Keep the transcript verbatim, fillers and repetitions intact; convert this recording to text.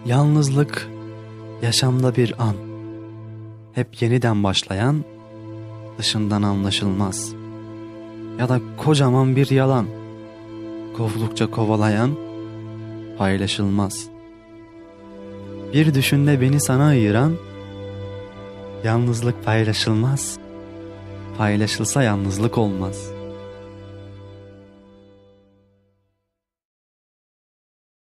Yalnızlık yaşamda bir an, hep yeniden başlayan, dışından anlaşılmaz. Ya da kocaman bir yalan, kovdukça kovalayan, paylaşılmaz. Bir düşünde beni sana ayıran, yalnızlık paylaşılmaz. Paylaşılsa yalnızlık olmaz.